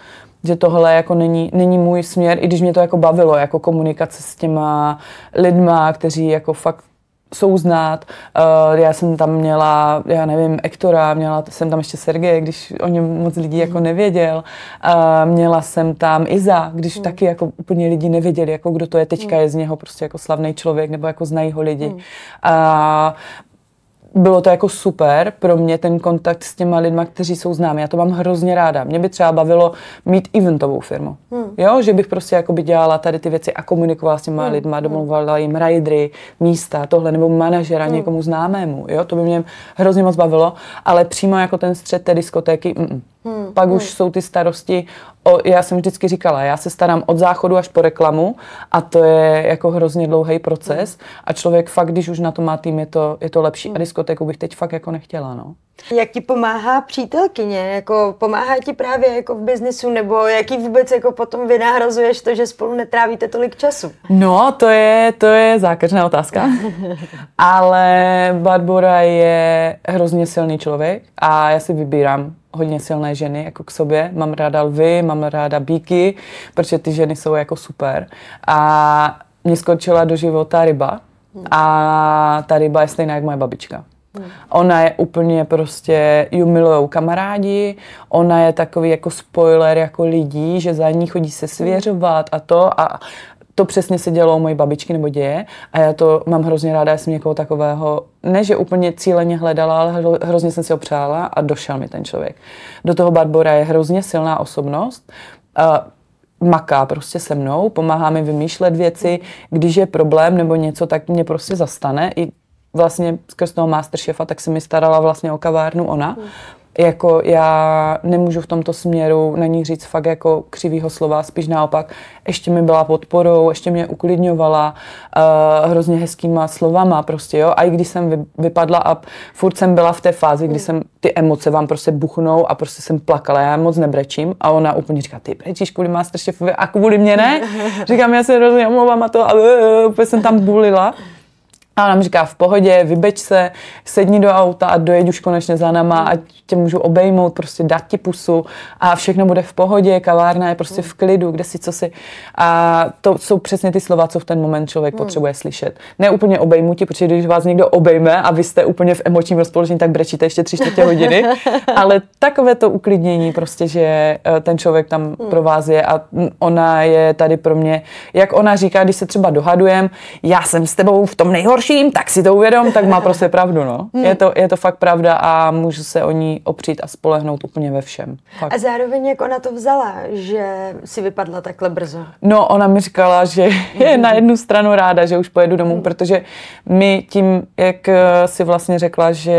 že tohle jako není můj směr, i když mě to jako bavilo, jako komunikace s těma lidma, kteří jako fakt jsou znát. Já jsem tam měla, já nevím, Ektora, měla jsem tam ještě Sergeje, když o něm moc lidí jako nevěděl. Měla jsem tam Iza, když taky jako úplně lidi nevěděli, jako kdo to je, teďka je z něho prostě jako slavný člověk, nebo jako znají ho lidi. Bylo to jako super pro mě ten kontakt s těma lidma, kteří jsou známí. Já to mám hrozně ráda. Mě by třeba bavilo mít eventovou firmu. Jo, že bych prostě jakoby dělala tady ty věci a komunikovala s těma lidma, domluvala jim ridery, místa, tohle, nebo manažera někomu známému. Jo, to by mě hrozně moc bavilo, ale přímo jako ten střed té diskotéky, Pak už jsou ty starosti, já jsem vždycky říkala, já se starám od záchodu až po reklamu a to je jako hrozně dlouhý proces a člověk fakt, když už na to má tým, je to lepší a diskotéku bych teď fakt jako nechtěla, no. Jak ti pomáhá přítelkyně? Jako pomáhá ti právě jako v biznisu nebo jaký vůbec jako potom vynahrazuješ to, že spolu netrávíte tolik času? No, to je zákeřná otázka. Ale Barbora je hrozně silný člověk a já si vybírám hodně silné ženy jako k sobě. Mám ráda lvy, mám ráda bíky, protože ty ženy jsou jako super. A mě skočila do života ryba a ta ryba je stejná jak moje babička. Ona je úplně prostě, ju milujou kamarádi, ona je takový jako spoiler jako lidí, že za ní chodí se svěřovat a to přesně se dělo u mojí babičky nebo děje a já to mám hrozně ráda, já jsem někoho takového, ne že úplně cíleně hledala, ale hrozně jsem si ho přála a došel mi ten člověk. Do toho Barbora je hrozně silná osobnost, maká prostě se mnou, pomáhá mi vymýšlet věci, když je problém nebo něco, tak mě prostě zastane. I vlastně skrz toho Masterchefa, tak se mi starala vlastně o kavárnu ona. Jako já nemůžu v tomto směru na ní říct fakt jako křivýho slova, spíš naopak. Ještě mi byla podporou, ještě mě uklidňovala hrozně hezkýma slovama prostě, jo. A i když jsem vypadla a furt jsem byla v té fázi, kdy jsem ty emoce vám prostě buchnou a prostě jsem plakala, já moc nebrečím a ona úplně říká, ty brečíš kvůli Masterchefovi a kvůli mě ne? Říkám, já se hrozně omlouvám a to a úplně jsem tam bulila. A ona mi říká, v pohodě, vybeď se, sedni do auta a dojeď už konečně za náma, ať tě můžu obejmout, prostě dát ti pusu a všechno bude v pohodě, kavárna je prostě v klidu, kde si, co si. A to jsou přesně ty slova, co v ten moment člověk potřebuje slyšet. Ne úplně obejmutí, protože když vás někdo obejme a vy jste úplně v emočním rozpoložení, tak brečíte ještě 3/4 hodiny, ale takové to uklidnění prostě, že ten člověk tam pro vás je a ona je tady pro mě, jak ona říká, když se třeba dohadujem, já jsem s tebou v tom nejhorším, tak si to uvědom, tak má prostě pravdu, no. Je to fakt pravda a můžu se o ní opřít a spolehnout úplně ve všem. Fakt. A zároveň jak ona to vzala, že si vypadla takhle brzo? No, ona mi říkala, že je na jednu stranu ráda, že už pojedu domů, protože my tím, jak si vlastně řekla, že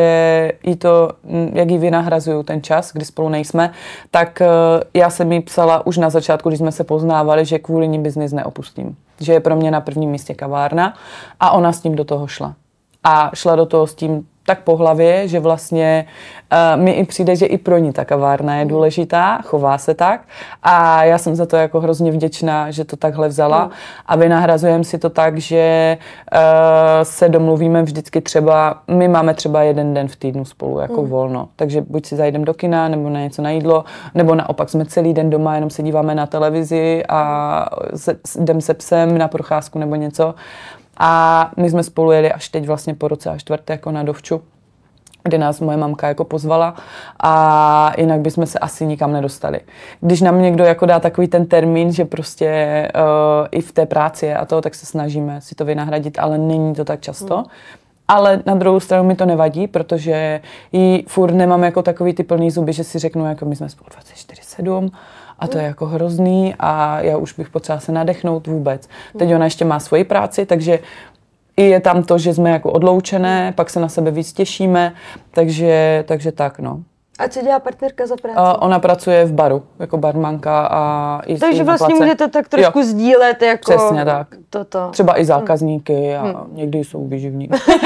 jak jí vynahrazuju ten čas, kdy spolu nejsme, tak já jsem jí psala už na začátku, když jsme se poznávali, že kvůli ní biznis neopustím. Že je pro mě na prvním místě kavárna a ona s tím do toho šla. A šla do toho s tím tak po hlavě, že vlastně mi i přijde, že i pro ní ta kavárna je důležitá, chová se tak a já jsem za to jako hrozně vděčná, že to takhle vzala a vynahrazujeme si to tak, že se domluvíme vždycky třeba, my máme třeba jeden den v týdnu spolu jako volno, takže buď si zajdeme do kina nebo na něco na jídlo, nebo naopak jsme celý den doma, jenom se díváme na televizi a jdeme se psem na procházku nebo něco. A my jsme spolu jeli až teď vlastně po roce a čtvrt jako na Dovču, kde nás moje mamka jako pozvala a jinak bychom se asi nikam nedostali. Když nám někdo jako dá takový ten termín, že prostě i v té práci je a to, tak se snažíme si to vynahradit, ale není to tak často. Ale na druhou stranu mi to nevadí, protože jí furt nemám jako takový ty plný zuby, že si řeknu, jako my jsme spolu 24/7 a to je jako hrozný a já už bych potřeba se nadechnout vůbec. Teď ona ještě má svoji práci, takže i je tam to, že jsme jako odloučené, pak se na sebe víc těšíme, takže tak, no. A co dělá partnerka za práci? Ona pracuje v baru, jako barmanka a i takže vlastně můžete tak trošku sdílet jako přesně tak. Toto. Třeba i zákazníky a někdy jsou výživní.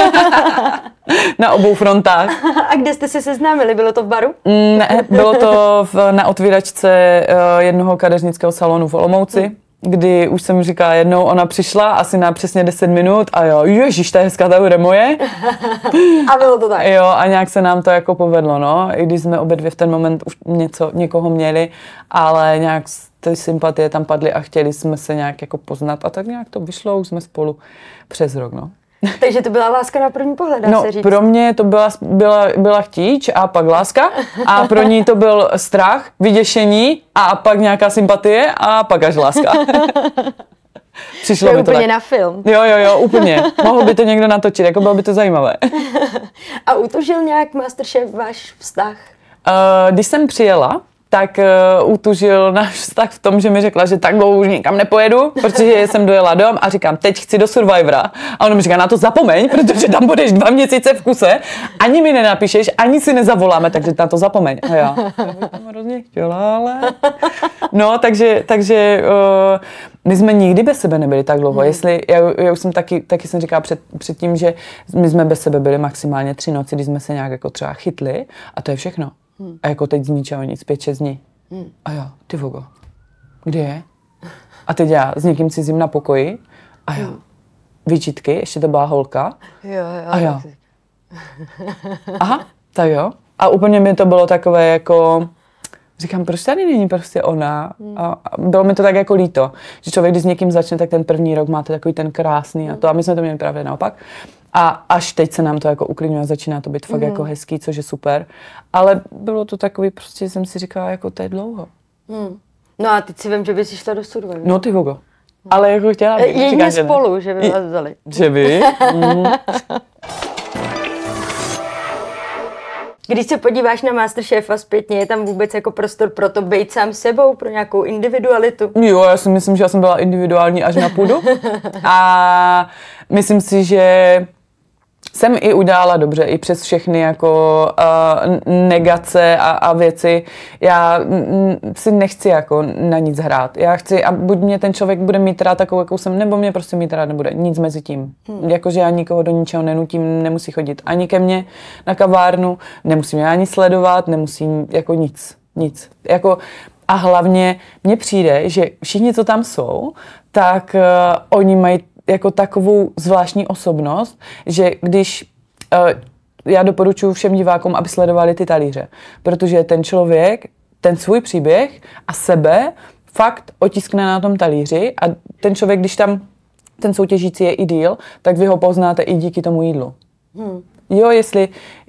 Na obou frontách. A kde jste se seznámili? Bylo to v baru? Ne, bylo to na otvíračce jednoho kadeřnického salonu v Olomouci. Kdy už jsem říkala jednou, ona přišla asi na přesně 10 minut a jo, ježiš, ta je hezká, ta bude moje. A bylo to tak. Jo, a nějak se nám to jako povedlo, no. I když jsme obě dvě v ten moment už někoho měli, ale nějak ty sympatie tam padly a chtěli jsme se nějak jako poznat a tak nějak to vyšlo, už jsme spolu přes rok, no. Takže to byla láska na první pohled, dá se říct. Pro mě to byla chtíč a pak láska a pro ní to byl strach, vyděšení a pak nějaká sympatie a pak až láska. Přišlo to je mi to úplně tak. na film. Jo, úplně. Mohl by to někdo natočit, jako bylo by to zajímavé. A utužil nějak Masterchef váš vztah? Když jsem přijela, tak utužil náš vztah v tom, že mi řekla, že tak dlouho už nikam nepojedu, protože jsem dojela dom a říkám, teď chci do Survivora. A on mi říká, na to zapomeň, protože tam budeš 2 měsíce v kuse, ani mi nenapíšeš, ani si nezavoláme, takže na to zapomeň. A já jsem hrozně chtěla, ale... No, takže my jsme nikdy bez sebe nebyli tak dlouho. Jestli, já už jsem taky jsem říkala předtím, že my jsme bez sebe byli maximálně 3 noci, kdy jsme se nějak jako třeba chytli a to je všechno. A jako teď z ničeho nic, 5-6 dní. A jo, ty vogo, kde je? A teď já s někým cizím na pokoji a jo, výčitky, ještě to byla holka. Jo. A jo. Aha, tak jo. A úplně mi to bylo takové jako, říkám, proč tady není prostě ona? A bylo mi to tak jako líto, že člověk, když s někým začne, tak ten první rok máte takový ten krásný a to. A my jsme to měli právě naopak. A až teď se nám to jako uklidňuje a začíná to být fakt jako hezký, což je super. Ale bylo to takový, prostě jsem si říkala, jako to je dlouho. No a teď si vím, že bys šla do Survivoru. No ty vogo. Ale jako chtěla bych. Jedině spolu, že by vás vzali. Že by? Když se podíváš na Masterchefa zpětně, je tam vůbec jako prostor pro to být sám sebou, pro nějakou individualitu? Jo, já si myslím, že já jsem byla individuální až na půdu. A myslím si, že jsem i udělala dobře, i přes všechny jako negace a věci. Já si nechci jako na nic hrát. Já chci, a buď mě ten člověk bude mít rád takovou, jakou jsem, nebo mě prostě mít rád nebude. Nic mezi tím. Jakože já nikoho do ničeho nenutím, nemusí chodit ani ke mně na kavárnu, nemusím já ani sledovat, nemusím jako nic. Jako, a hlavně mně přijde, že všichni, co tam jsou, tak oni mají jako takovou zvláštní osobnost, že když já doporučuji všem divákům, aby sledovali ty talíře, protože ten člověk, ten svůj příběh a sebe fakt otiskne na tom talíři a ten člověk, když tam ten soutěžící je i díl, tak vy ho poznáte i díky tomu jídlu. Jo, jestli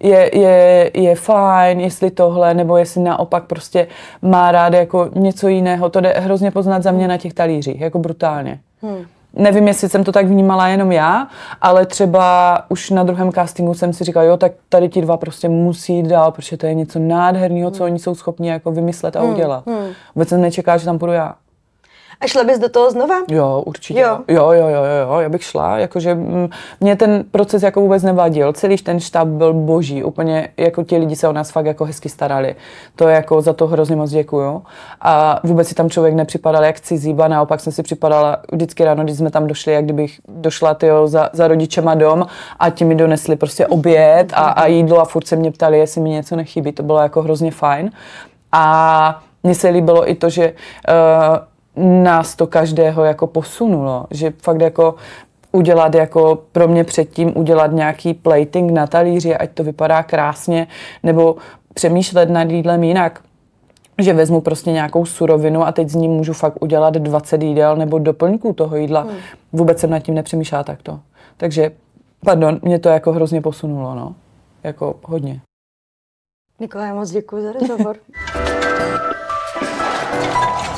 je fajn, jestli tohle, nebo jestli naopak prostě má rád jako něco jiného, to jde hrozně poznat za mě na těch talířích, jako brutálně. Nevím, jestli jsem to tak vnímala jenom já, ale třeba už na druhém castingu jsem si říkala, jo, tak tady ti dva prostě musí jít dál, protože to je něco nádherného, co oni jsou schopni jako vymyslet a udělat. Vůbec jsem nečekala, že tam půjdu já. A šla bys do toho znova? Jo, určitě. Jo, já bych šla, jakože mě ten proces jako vůbec nevadil. Celý ten štáb byl boží, úplně jako ti lidi se o nás fakt jako hezky starali. To jako za to hrozně moc děkuju. A vůbec si tam člověk nepřipadal jak cizí, ba naopak jsem si připadala vždycky ráno, když jsme tam došli, jak kdybych došla za rodičema dom a ti mi donesli prostě oběd a jídlo a furt se mě ptali, jestli mi něco nechybí. To bylo jako hrozně fajn. A mně se líbilo i to, že nás to každého jako posunulo, že fakt jako udělat jako pro mě předtím udělat nějaký plating na talíři, ať to vypadá krásně, nebo přemýšlet nad jídlem jinak, že vezmu prostě nějakou surovinu a teď z ní můžu fakt udělat 20 jídel nebo doplňků toho jídla. Vůbec jsem nad tím nepřemýšlela takto. Takže, mě to jako hrozně posunulo, no. Jako hodně. Nikola, já moc děkuji za rozhovor.